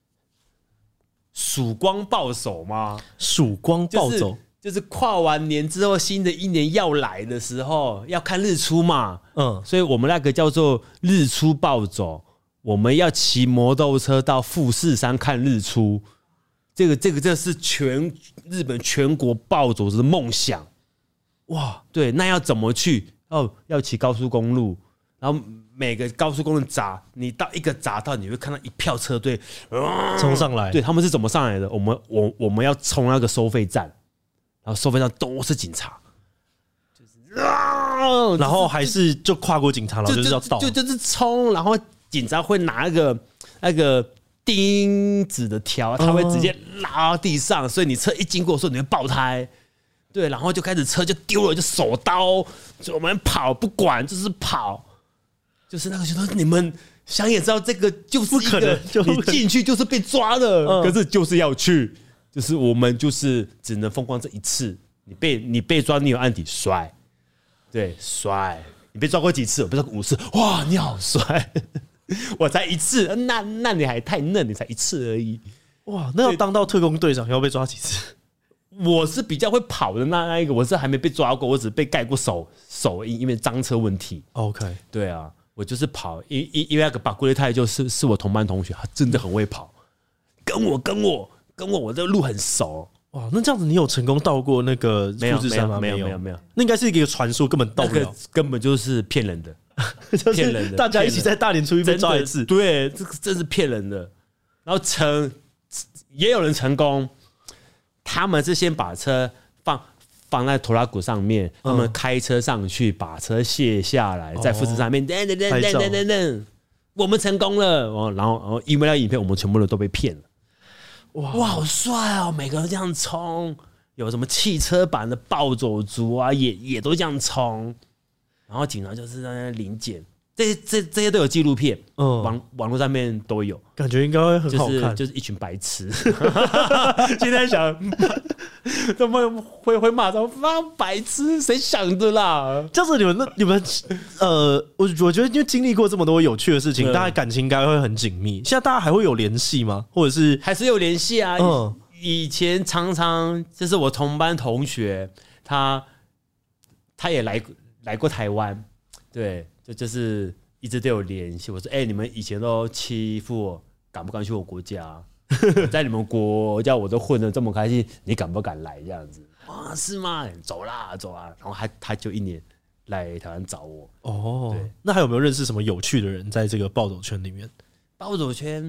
曙光报手吗？ 曙光暴走。就是就是跨完年之后，新的一年要来的时候，要看日出嘛。嗯，所以我们那个叫做日出暴走，我们要骑摩托车到富士山看日出。这个、这个、这是全日本全国暴走的梦想。哇，对，那要怎么去？哦，要骑高速公路，然后每个高速公路匝，你到一个匝道，你会看到一票车队冲、呃、上来。 对，他们是怎么上来的？我们我我们要冲那个收费站。然后收费站都是警察，就是、啊、 然后还是就跨过警察，然后就是要到， 就就就是冲，然后警察会拿那个那个钉子的条，他会直接拉到地上，所以你车一经过的时候你会爆胎，对，然后就开始车就丢了，就手刀，就我们跑不管，就是跑，就是那个觉得你们想也知道这个就是一个你进去就是被抓的，嗯、可是就是要去。就是我们就是只能风光这一次，你被你被抓，你有案底帅，对帅，你被抓过几次？我被抓过五次，哇，你好帅！我才一次，那那你还太嫩，你才一次而已， 哇，那要当到特工队长要被抓几次？ 我是比较会跑的那那一个，我是还没被抓过，我只被盖过手手印，因为赃车问题。 OK， 对啊，我就是跑，因因因为那个把龟太就是是我同班同学，他真的很会跑，跟我跟我。跟我，我这个路很熟哇！那这样子，你有成功到过那个富士山吗？ 没有，没有，没有，没有。 那应该是一个传说，根本到不了， 那個、根本就是骗人的，骗人的。 大家一起在大年初一被抓一次， 对，这个真是骗人的。然后成也有人成功，他们是先把车放放在拖拉骨上面，他们开车上去，把车卸下来，在富士山面，噔噔噔噔噔噔噔，我们成功了。然后，然后因为那影片，我们全部人都被骗了。哇, 哇，好帅哦！每个人这样冲，有什么汽车版的暴走族啊，也也都这样冲。然后警察就是在那临检，这这这些都有纪录片，嗯，网网络上面都有， 感觉应该会很好看。 就是、就是一群白痴。现在想，怎么会会马上发白痴？谁想的啦？ 这样子你们那你们呃，我我觉得因为经历过这么多有趣的事情，大家感情应该会很紧密。现在大家还会有联系吗？或者是还是有联系啊？嗯，以前常常就是我同班同学，他他也来来过台湾，对，就就是一直都有联系。我说，哎、欸，你们以前都欺负我，敢不敢去我国家？在你们国家我都混得这么开心，你敢不敢来这样子？啊，是吗？走啦，走啊！然后他他就一年来台湾找我。 哦，对，那还有没有认识什么有趣的人在这个暴走圈里面？ 暴走圈，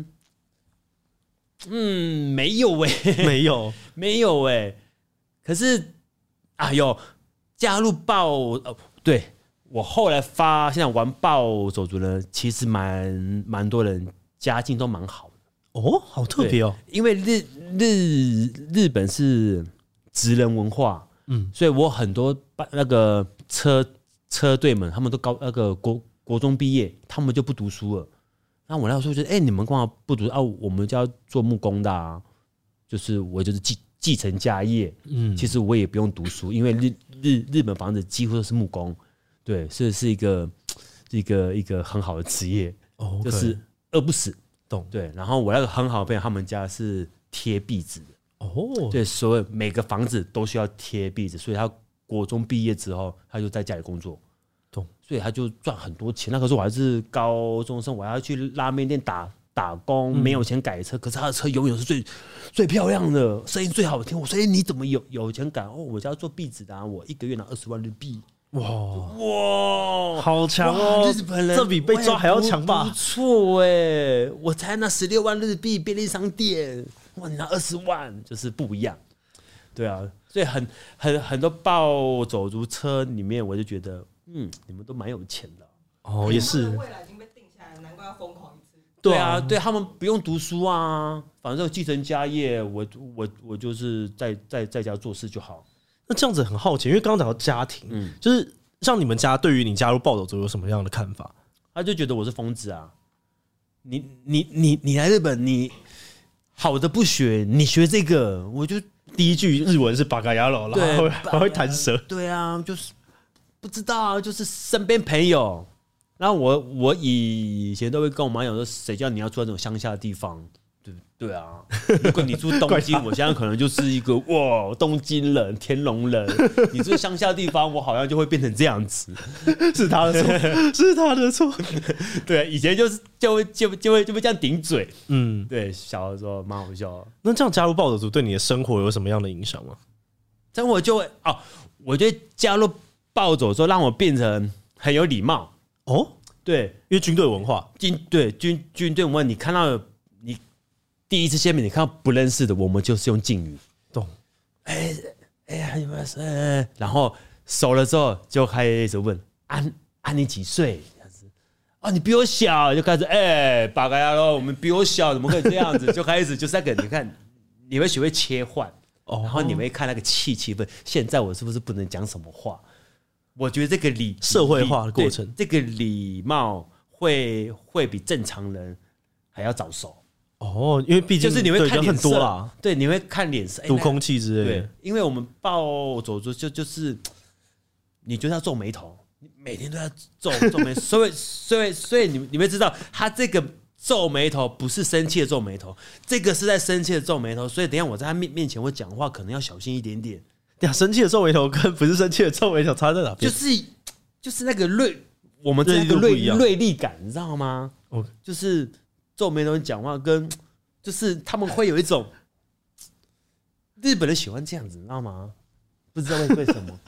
嗯，没有哎、欸， 没有， 没有哎、欸。可是啊，有加入暴呃，对我后来发现玩暴走族呢，其实蛮蛮多人家境都蛮好的。 哦，好特别哦！ 因为日日日本是职人文化，嗯，所以我很多那个车车队们，他们都高那个国国中毕业，他们就不读书了。那我那时候觉得，哎、欸，你们干嘛不读啊？我们就要做木工的啊，就是我就是继继承家业，嗯，其实我也不用读书，因为日日日本房子几乎都是木工，对，所以是一个一个一个很好的职业，哦 okay 就是饿不死。懂对，然后我那个很好的朋友，他们家是贴壁纸的哦，对，所有每个房子都需要贴壁纸，所以他国中毕业之后，他就在家里工作， 懂， 所以他就赚很多钱。那个时候我还是高中生，我还要去拉面店打打工，没有钱改车，可是他的车永远是最最漂亮的，声音最好听。我说：“哎，你怎么有有钱改？”哦，我家做壁纸的、啊，我一个月拿二十万日币。 哇哇， 好强哦！ 日本人这比被抓还要强吧？ 不错哎，我才拿十六万日币便利商店，哇，你拿二十万，就是不一样。对啊，所以很很很多暴走族车里面，我就觉得，嗯，你们都蛮有钱的。 哦，也是。 未来已经被定下来，难怪要疯狂一次。 对啊，对他们不用读书啊，反正继承家业，我我我就是在在在家做事就好。 那这样子很好奇，因为刚刚讲到家庭，嗯，就是像你们家对于你加入暴走族有什么样的看法？ 他就觉得我是疯子啊！你你你你来日本，你好的不学，你学这个，我就第一句日文是巴嘎亚罗，然后还会弹舌。 对啊，就是不知道啊，就是身边朋友。然后我我以前都会跟我妈讲说，谁叫你要住在那种乡下的地方？对对啊，如果你住东京，我现在可能就是一个哇东京人、天龙人。你住乡下地方，我好像就会变成这样子。 是他的错，是他的错。 对，以前就是就会就就会就会这样顶嘴。 嗯， 对，小的时候蛮好笑的。 那这样加入暴走族对你的生活有什么样的影响吗？ 生活就会哦，我觉得加入暴走之后，让我变成很有礼貌。 哦， 对， 因为军队文化， 军对军军队文化，你看到你第一次见面，你看到不认识的，我们就是用敬语， 懂？ 哎哎呀，你们是，然后熟了之后就开始问啊啊你几岁？哦，你比我小，就开始哎八嘎呀喽，我们比我小，怎么可以这样子？就开始就是那个，你看你会学会切换，哦，然后你会看那个气气氛。现在我是不是不能讲什么话？我觉得这个礼社会化的过程， 这个礼貌会会比正常人还要早熟。 哦，因为毕竟就是你会看脸色啦， 对，你会看脸色、 读空气之类的。 对，因为我们暴走族就就是你就是要皱眉头，你每天都要皱皱眉头，所以所以所以你你会知道，他这个皱眉头不是生气的皱眉头，这个是在生气的皱眉头，所以等一下我在他面面前我讲话可能要小心一点点。 对啊，生气的皱眉头跟不是生气的皱眉头差在哪边？ 就是就是那个锐，我们这个锐锐利感，你知道吗？哦，就是皱眉头讲话跟就是他们会有一种日本人喜欢这样子，你知道吗？不知道为什么，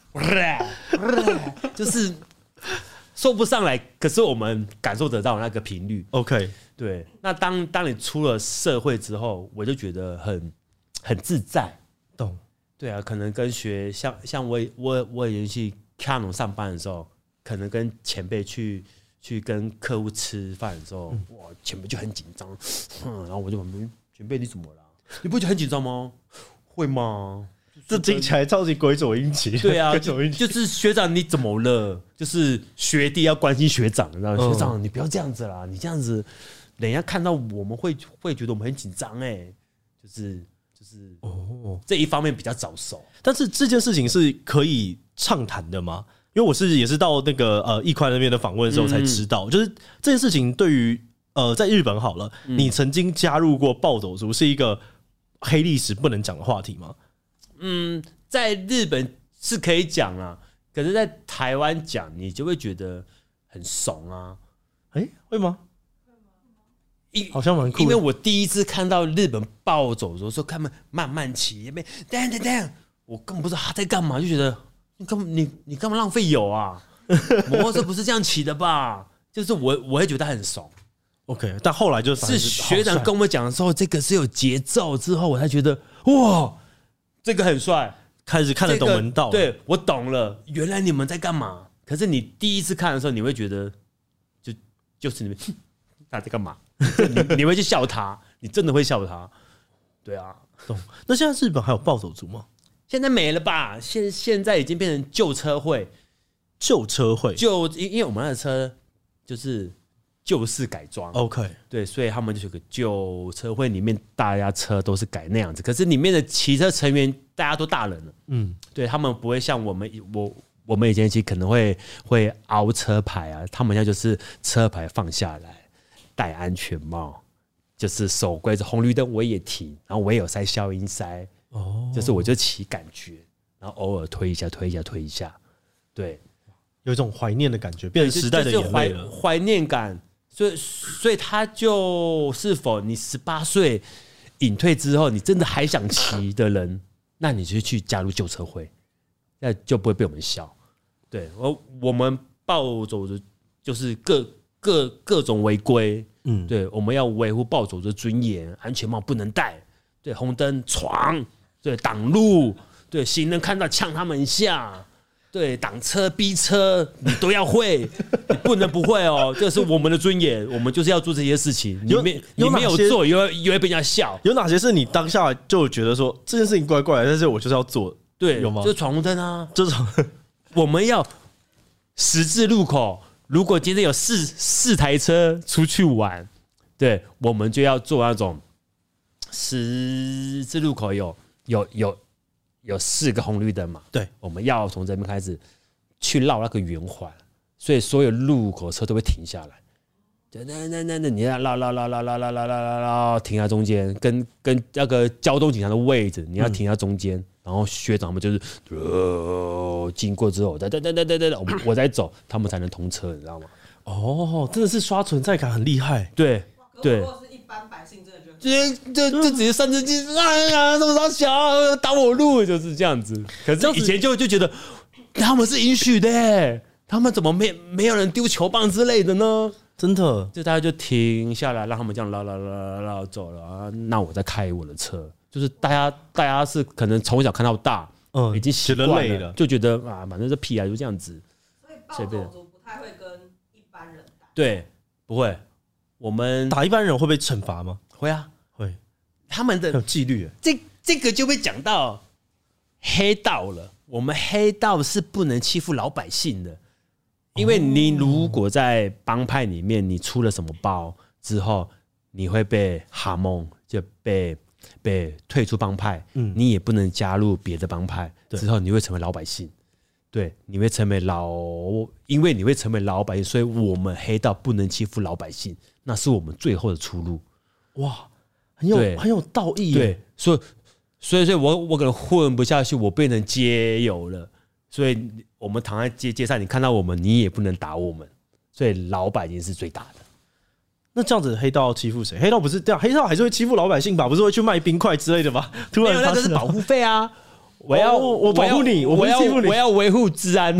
就是说不上来，可是我们感受得到那个频率。 OK， 对。那当当你出了社会之后，我就觉得很很自在， 懂。 对啊，可能跟学像像我我我以前去 Canon 上班的时候，可能跟前辈去去跟客户吃饭的时候，嗯、哇，前辈就很紧张，嗯，然后我就问前辈你怎么了？你不会觉得很紧张吗？会吗？ 这听起来超级鬼左阴奇。 对啊，就就是学长你怎么了？就是学弟要关心学长，你知道吗？嗯、学长你不要这样子啦，你这样子，人家看到我们会会觉得我们很紧张哎，就是就是哦，这一方面比较早熟。 但是这件事情是可以畅谈的吗？因为我是也是到那个呃易宽那边的访问的时候才知道，嗯、就是这件事情对于呃在日本好了，嗯、你曾经加入过暴走族是一个黑历史不能讲的话题吗？ 嗯，在日本是可以讲啊，可是在台湾讲，你就会觉得很怂啊。 哎、欸，会吗？好像蛮酷的。 因为我第一次看到日本暴走的时候，他们慢慢骑，那边等等等，我根本不知道他在干嘛，就觉得你干嘛你你干嘛浪费油啊？摩托车不是这样骑的吧？就是我我会觉得他很怂。 OK， 但后来就是学长跟我讲的时候，这个是有节奏之后，我才觉得哇。这个很帅， 开始看得懂门道、 这个。对，我懂了，原来你们在干嘛？可是你第一次看的时候，你会觉得，就就是你们他在干嘛？你你会去笑他，你真的会笑他。对啊， 懂。那现在日本还有暴走族吗？ 现在没了吧？现现在已经变成旧车会， 旧车会， 旧因为我们的车就是旧式改装 ，OK， 对，所以他们就有个旧车会，里面大家车都是改那样子。可是里面的骑车成员大家都大人了，嗯，对他们不会像我们我我们以前骑可能会会凹车牌啊，他们现在就是车牌放下来，戴安全帽，就是守规则，红绿灯我也停，然后我也有塞消音塞，哦，就是我就骑感觉， 然后偶尔推一下推一下推一下，对， 有一种怀念的感觉，变成时代的眼泪了， 怀念感。所以，所以他就是否你十八岁隐退之后，你真的还想骑的人，那你就去加入旧车会，那就不会被我们笑。对，我我们暴走的就是各各各种违规，嗯，对，我们要维护暴走的尊严，安全帽不能戴，对，红灯闯，对，挡路，对，行人看到呛他们一下。对，挡车、逼车，你都要会，你不能不会哦。这是我们的尊严，我们就是要做这些事情。你没你没有做，又会又会被人家笑。 有哪些是你当下就觉得说这件事情怪怪的，但是我就是要做？ 对， 有吗？ 就是闯红灯啊， 这种我们要十字路口，如果今天有四四台车出去玩，对，我们就要做那种十字路口有有有。有四个红绿灯嘛？ 对， 我们要从这边开始去绕那个圆环，所以所有路口车都会停下来。那那那那，你要绕绕绕绕绕绕绕绕绕，停在中间，跟跟那个交通警察的位置，你要停在中间。然后学长们就是呃经过之后，哒哒哒哒哒哒，我我再走，他们才能通车，你知道吗？ 哦，真的是刷存在感很厉害。 对对。 如果是一般百姓，真的觉得这这这直接三只鸡，哎呀，这么少小挡我路，就是这样子。可是以前就就觉得他们是允许的，他们怎么没没有人丢球棒之类的呢？ 真的， 就大家就停下来，让他们这样绕绕绕绕绕走了啊。那我再开我的车，就是大家大家是可能从小看到大，嗯，已经习惯了，了就觉得啊，反正这屁啊，就这样子。 所以暴走族不太会跟一般人打， 对，不会。我们打一般人会被惩罚吗？ 会啊， 会。 他们的有纪律， 这这个就会讲到黑道了。我们黑道是不能欺负老百姓的，因为你如果在帮派里面，你出了什么包之后，你会被哈蒙，就被被退出帮派，嗯，你也不能加入别的帮派，之后你会成为老百姓。对，你会成为老，因为你会成为老百姓，所以我们黑道不能欺负老百姓，那是我们最后的出路。 哇，很有很有道义。 对，所以所以所以我我可能混不下去，我变成街友了。所以我们躺在街街上，你看到我们，你也不能打我们。所以老百姓是最大的。 那这样子，黑道欺负谁？黑道不是这样，黑道还是会欺负老百姓吧？不是会去卖冰块之类的吧？突然没有，那个是保护费啊。我要、哦、 我保护你，我我要欺负你， 我要维护治安。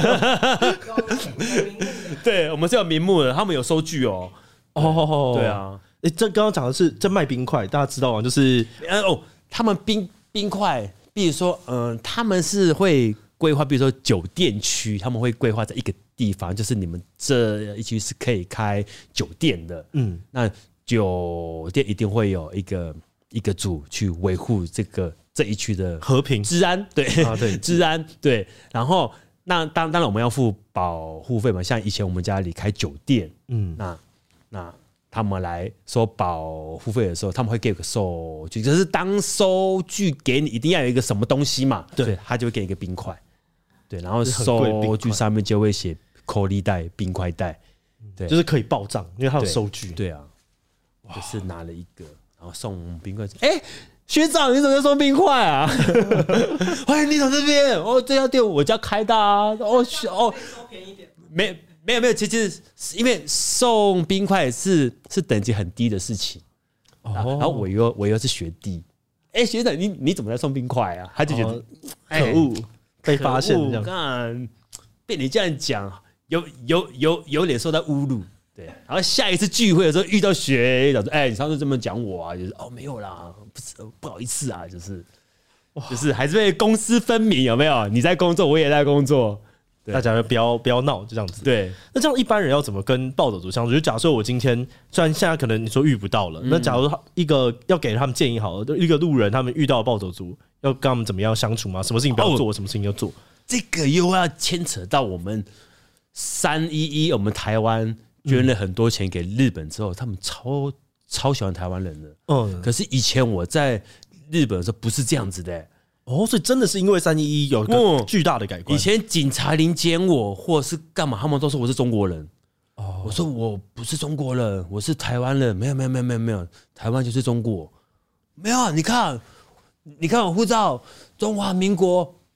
对，我们是有名目的，他们有收据哦。哦，对啊。 哎、欸，这刚刚讲的是在卖冰块，大家知道吗？就是呃哦，他们冰冰块，比如说，嗯、呃，他们是会规划，比如说酒店区，他们会规划在一个地方，就是你们这一区是可以开酒店的。嗯，那酒店一定会有一个一个组去维护这个。这一区的和平治安，对啊，对治安，对。然后那当当然我们要付保护费嘛，像以前我们家里开酒店，嗯，那那他们来收保护费的时候，他们会给个收据，就是当收据给你，一定要有一个什么东西嘛，对，他就会给你一个冰块，对，然后收据上面就会写口利袋、冰块袋，对， 就是可以报账，因为他有收据， 对啊，就是拿了一个，然后送冰块，哎、欸。学长，你怎么在送冰块啊？欢迎你从这边哦，这家店我家开的啊。哦哦， 收便宜点。 没没有没有，其实因为送冰块是是等级很低的事情。哦，然后我又我又是学弟，哎、欸，学长你你怎么在送冰块啊？他就觉得、哦欸、可恶，被发现这样。 看被你这样讲，有有有有脸受到侮辱。对，然后下一次聚会的时候遇到学长说：“哎、欸，你上次这么讲我啊？”就是哦，没有啦，不是不好意思啊，就是就是还是被公私分明，有没有？你在工作，我也在工作， 大家不要不要闹，就这样子。 对， 那这样一般人要怎么跟暴走族相处？就假设我今天虽然现在可能你说遇不到了，嗯、那假如一个要给他们建议好了，一个路人他们遇到暴走族，要跟他们怎么样相处吗？什么事情不要做，哦、什么事情要做？ 这个又要牵扯到我们三一一，我们台湾。捐了很多钱给日本之后，他们超超喜欢台湾人的。嗯，可是以前我在日本的时候不是这样子的、欸。 哦，所以真的是因为三一一有一个巨大的改观。 以前警察临检我或是干嘛，他们都说我是中国人。哦，我说我不是中国人，我是台湾人。没有没有没有没有没有，台湾就是中国。没有啊，你看，你看我护照，中华民国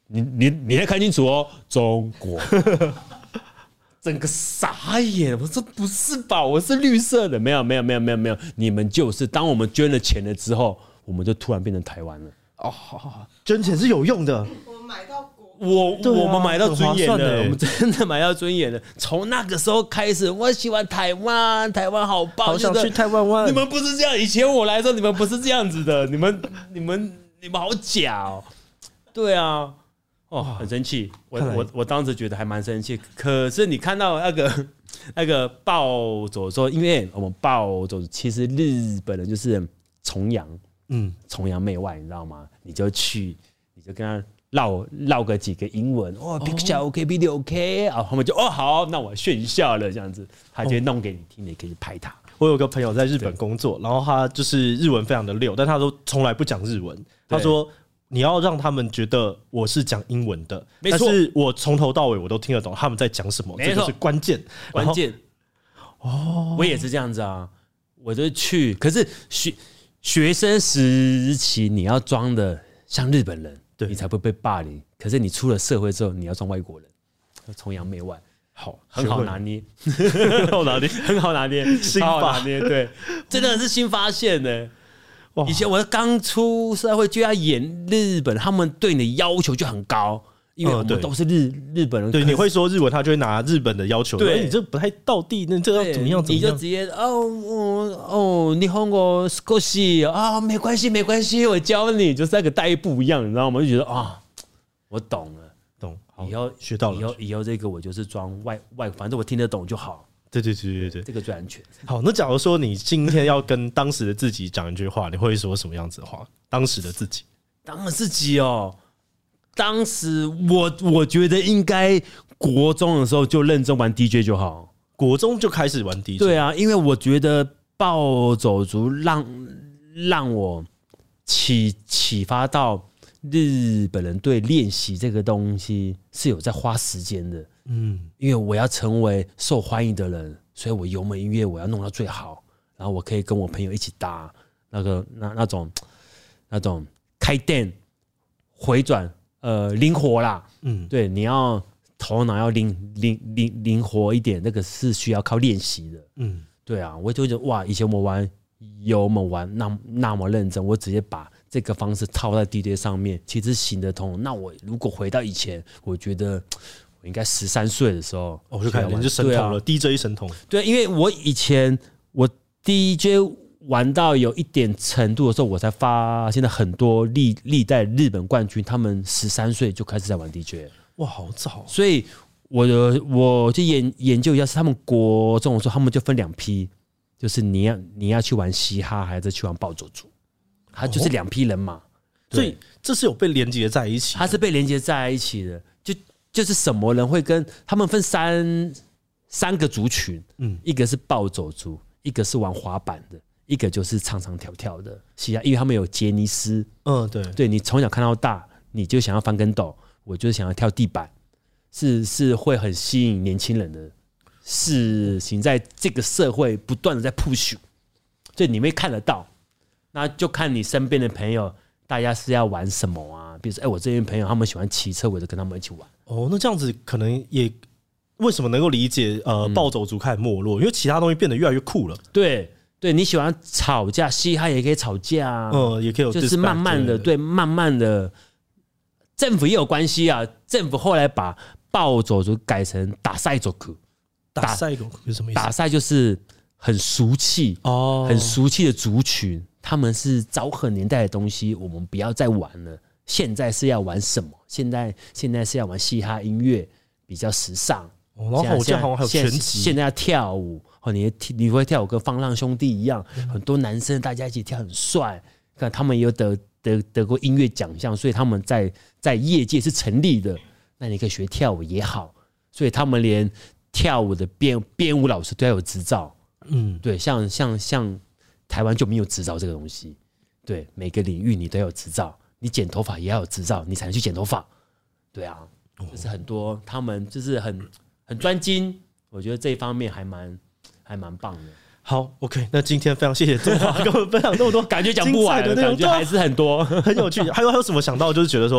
你你你要看清楚哦，中国。整个傻眼，我说不是吧？我是绿色的，没有没有没有没有没有，你们就是当我们捐了钱了之后，我们就突然变成台湾了。 哦，捐钱是有用的。 我们买到国， 我、啊、我们买到尊严了，我们真的买到尊严了。从那个时候开始，我喜欢台湾，台湾好棒， 好想去台湾玩。 你们不是这样，以前我来的时候，你们不是这样子的，你们你们你们好假哦。对啊。哦，很生气，我我我当时觉得还蛮生气。可是你看到那个那个暴走说，因为我们暴走其实日本人就是崇洋，嗯，崇洋媚外，你知道吗？你就去，你就跟他唠唠个几个英文，哦 ，picture OK，video OK， 啊，他们就哦好，那我炫笑了这样子，他就会弄给你听，你可以拍他。 我有个朋友在日本工作，然后他就是日文非常的溜，但他都从来不讲日文。他说。你要让他们觉得我是讲英文的，但是我从头到尾我都听得懂他们在讲什么，这就是关键。 关键哦，我也是这样子啊，我就去。可是学学生时期你要装的像日本人，对你才不会被霸凌。可是你出了社会之后，你要装外国人，崇洋媚外，好，很好拿捏，很好拿捏，很好拿捏，新拿捏，对，真的是新发现呢、欸。以前我刚出社会就要演日本，他们对你的要求就很高，因为我们都是日日本人。 对，你会说日文，他就会拿日本的要求。对，你这不太到地，那这要怎么样？ 你就直接哦哦哦，你hongo少し啊，没关系没关系，我教你，就是那个待遇不一样，你知道吗？就觉得啊，我懂了， 懂， 以后学到了， 以后以后这个我就是装外外，反正我听得懂就好。 对对对对对， 这个最安全。 好，那假如说你今天要跟当时的自己讲一句话，你会说什么样子的话？当时的自己， 当时自己哦，当时我我觉得应该国中的时候就认真玩 D J 就好， 国中就开始玩 D J。 对啊，因为我觉得暴走族让让我启启发到日本人对练习这个东西是有在花时间的。嗯，因为我要成为受欢迎的人，所以我油门音乐我要弄到最好，然后我可以跟我朋友一起搭那个那那种那种开店回转呃灵活啦，嗯，对，你要头脑要灵灵灵灵活一点，那个是需要靠练习的，嗯，对啊，我就觉得哇，以前我玩油门玩那那么认真，我直接把这个方式套在 D J 上面，其实行得通。那我如果回到以前，我觉得。应该十三岁的时候， 我就开始你就神童了、啊、，D J 神童。 对，因为我以前我 D J 玩到有一点程度的时候，我才发现了很多历历代日本冠军，他们十三岁就开始在玩 D J， 哇，好早！ 所以我我就研研究一下，是他们国中的时候，他们就分两批，就是你要你要去玩嘻哈，还是去玩暴走族，他就是两批人嘛。哦、 所以这是有被连接在一起， 它是被连接在一起的，就。就是什么人会跟他们分三三个族群，嗯，一个是暴走族，一个是玩滑板的，一个就是唱唱跳跳的嘻哈，因为他们有杰尼斯， 嗯，对， 对你从小看到大，你就想要翻跟斗，我就想要跳地板，是是会很吸引年轻人的事情，在这个社会不断的在 push， 所以你会看得到，那就看你身边的朋友。大家是要玩什么啊？比如说，哎、欸，我这边朋友他们喜欢骑车，我就跟他们一起玩。 哦，那这样子可能也为什么能够理解呃暴走族开始没落？因为其他东西变得越来越酷了。 对对，你喜欢吵架，嘻哈也可以吵架、啊， 嗯，也可以有， 就是慢慢的，对，慢慢的，政府也有关系啊。政府后来把暴走族改成打赛走族， 打赛走族是什么意思？ 打赛就是很俗气哦，很俗气的族群。他们是昭和年代的东西，我们不要再玩了。现在是要玩什么？现在现在是要玩嘻哈音乐，比较时尚。 哦、然后我记得好像还有拳击。 现在要跳舞，哦，你你会跳舞跟放浪兄弟一样，嗯、很多男生大家一起跳很帅。看他们也有得得得过音乐奖项，所以他们在在业界是成立的。那你可以学跳舞也好，所以他们连跳舞的编编舞老师都要有执照。嗯，对，像像像。台湾就没有执照这个东西，对每个领域你都要有执照，你剪头发也要有执照，你才能去剪头发。对啊，就是很多他们就是很很专精，我觉得这一方面还蛮还蛮棒的。 好 ，OK， 那今天非常谢谢中华跟我们分享那么多， 感觉讲不完的，感觉还是很多， 很有趣。还有还有什么想到就是觉得说，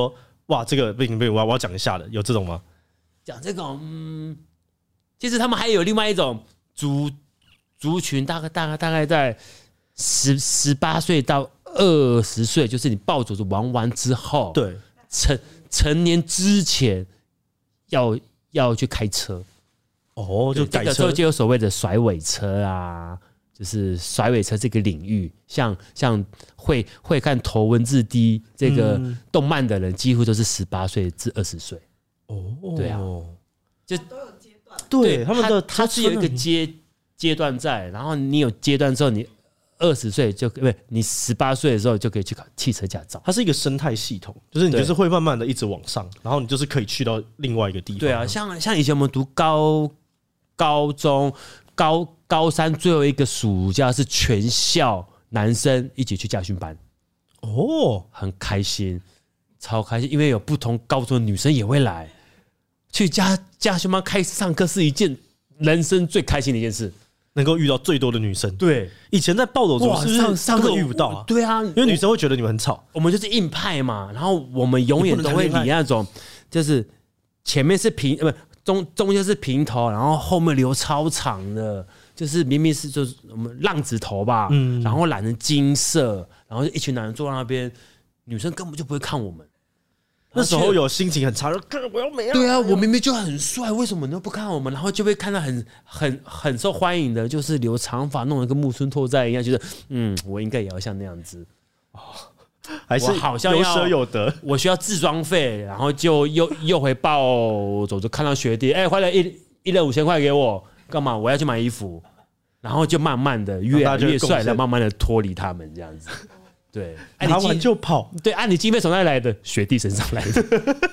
哇，这个不行不行，我要我要讲一下的，有这种吗？ 讲这种，嗯，其实他们还有另外一种族族群，大概大概大概在十十八岁到二十岁，就是你暴走族玩完之后， 对， 成成年之前要要去开车， 哦，就改车这个时候就有所谓的甩尾车啊。就是甩尾车这个领域，像像会会看头文字 D 这个动漫的人，几乎都是十八岁至二十岁。 哦， 对啊，就都有阶段。 对他们的它是有一个阶阶段在，然后你有阶段之后，你二十岁就不是你十八岁的时候就可以去考汽车驾照。 它是一个生态系统，就是你就是会慢慢的一直往上，然后你就是可以去到另外一个地方。 对啊，像像以前我们读高高中高。高三最后一个暑假是全校男生一起去驾训班， 哦， 很开心，超开心，因为有不同高中的女生也会来，去驾驾训班开始上课是一件人生最开心的一件事， 能够遇到最多的女生。 对， 以前在暴走族是不是上上课遇不到啊？ 对啊， 因为女生会觉得你们很吵， 我们就是硬派嘛，然后我们永远都会理那种，就是前面是平呃不中中间是平头，然后后面留超长的。就是明明是就是我们浪子头吧，嗯，然后染成金色，然后就一群男人坐在那边，女生根本就不会看我们。 那时候有心情很差，就我要没啊！ 对啊，我明明就很帅，为什么你都不看我们？然后就会看到很很很受欢迎的，就是留长发，弄得跟木村拓哉一样，觉得嗯，我应该也要像那样子。哦， 还是好像有舍有得。 我需要自装费，然后就又又回暴走，就看到学弟，哎、欸，花了一一人五千块给我。干嘛？我要去买衣服，然后就慢慢的越来越帅，然后慢慢的脱离他们这样子。对， 啊、拿完就跑。 对，按、啊、你经费从哪里来的？学弟身上来的，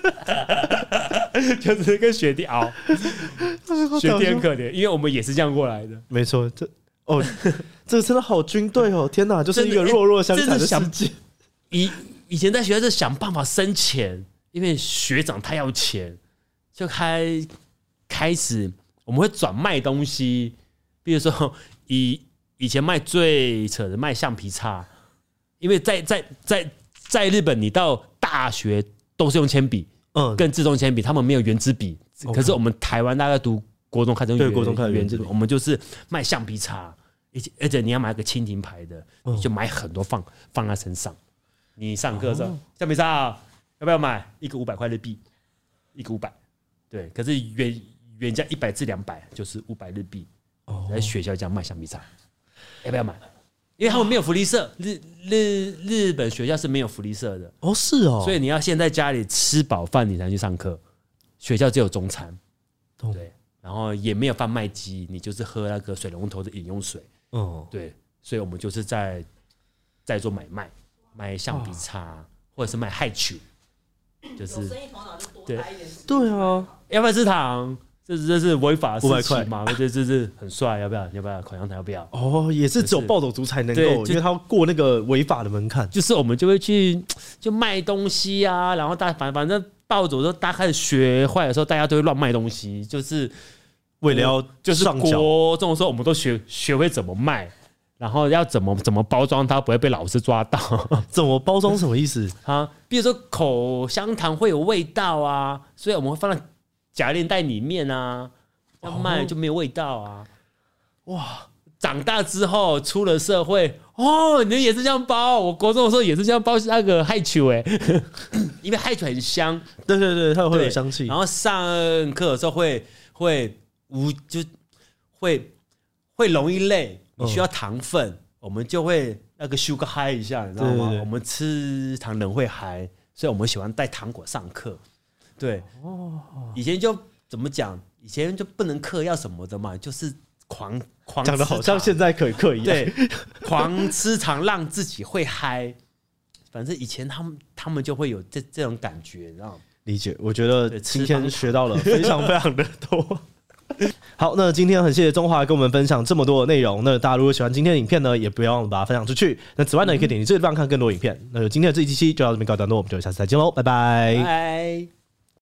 就是跟学弟熬。学弟很可怜，因为我们也是这样过来的。 没错，这哦，这个真的好军队哦！天哪，就是一个弱弱相残的世界。 以以前在学校是想办法生钱，因为学长他要钱，就开开始。我们会转卖东西，比如说以以前卖最扯的卖橡皮擦，因为在在在在日本，你到大学都是用铅笔，嗯，跟自动铅笔，他们没有圆珠笔。可是我们台湾大概读国中开始用国中开始圆珠笔， 我们就是卖橡皮擦，而且你要买个蜻蜓牌的，你就买很多放放在身上。你上课的时候，橡皮擦啊，要不要买？一个五百块日币，一个五百，对。可是原原价一百至两百，就是五百日币。哦，在学校这样卖橡皮擦，要不要买？因为他们没有福利社，日日日本学校是没有福利社的。 哦，是哦， 所以你要先在家里吃饱饭，你才去上课。学校只有中餐，对，然后也没有贩卖机，你就是喝那个水龙头的饮用水。哦，对，所以我们就是在在做买卖，卖橡皮擦，或者是卖害球，就是有生意头脑就多开一点。 对啊， 要不要吃糖？这这是违法的事情嘛？这这是很帅，要不要？要不要？口香糖要不要？ 哦，也是只有暴走族才能够，因为他要过那个违法的门槛。 就是我们就会去就卖东西啊，然后大反反正暴走的时候，大家开始学坏的时候，大家都会乱卖东西，就是为了要就是国中的时候，我们都学学会怎么卖，然后要怎么怎么包装它，不会被老师抓到。 怎么包装什么意思啊？比如说口香糖会有味道啊，所以我们会放在夹链袋里面啊，要卖就没有味道啊。哇！长大之后出了社会，哦，你们也是这样包？我国中的时候也是这样包那个害球哎，因为害球很香。 对对对，它会有香气。 然后上课的时候会会无就会会容易累，你需要糖分，嗯、我们就会那个 sugar high 一下，你知道吗？对对对，我们吃糖人会嗨，所以我们喜欢带糖果上课。对，哦，以前就怎么讲？以前就不能嗑药什么的嘛，就是狂狂讲的好像现在可以嗑一样， 对，狂吃糖让自己会嗨。反正以前他们他们就会有这这种感觉，你知道吗？ 理解，我觉得今天学到了非常非常的多。好，那今天很谢谢中华跟我们分享这么多的内容。那大家如果喜欢今天的影片呢，也不要忘了把它分享出去。那此外呢，也可以点击这个地方看更多影片。那今天的这一期就到这边告一段落，我们就下次再见喽，拜拜。 拜。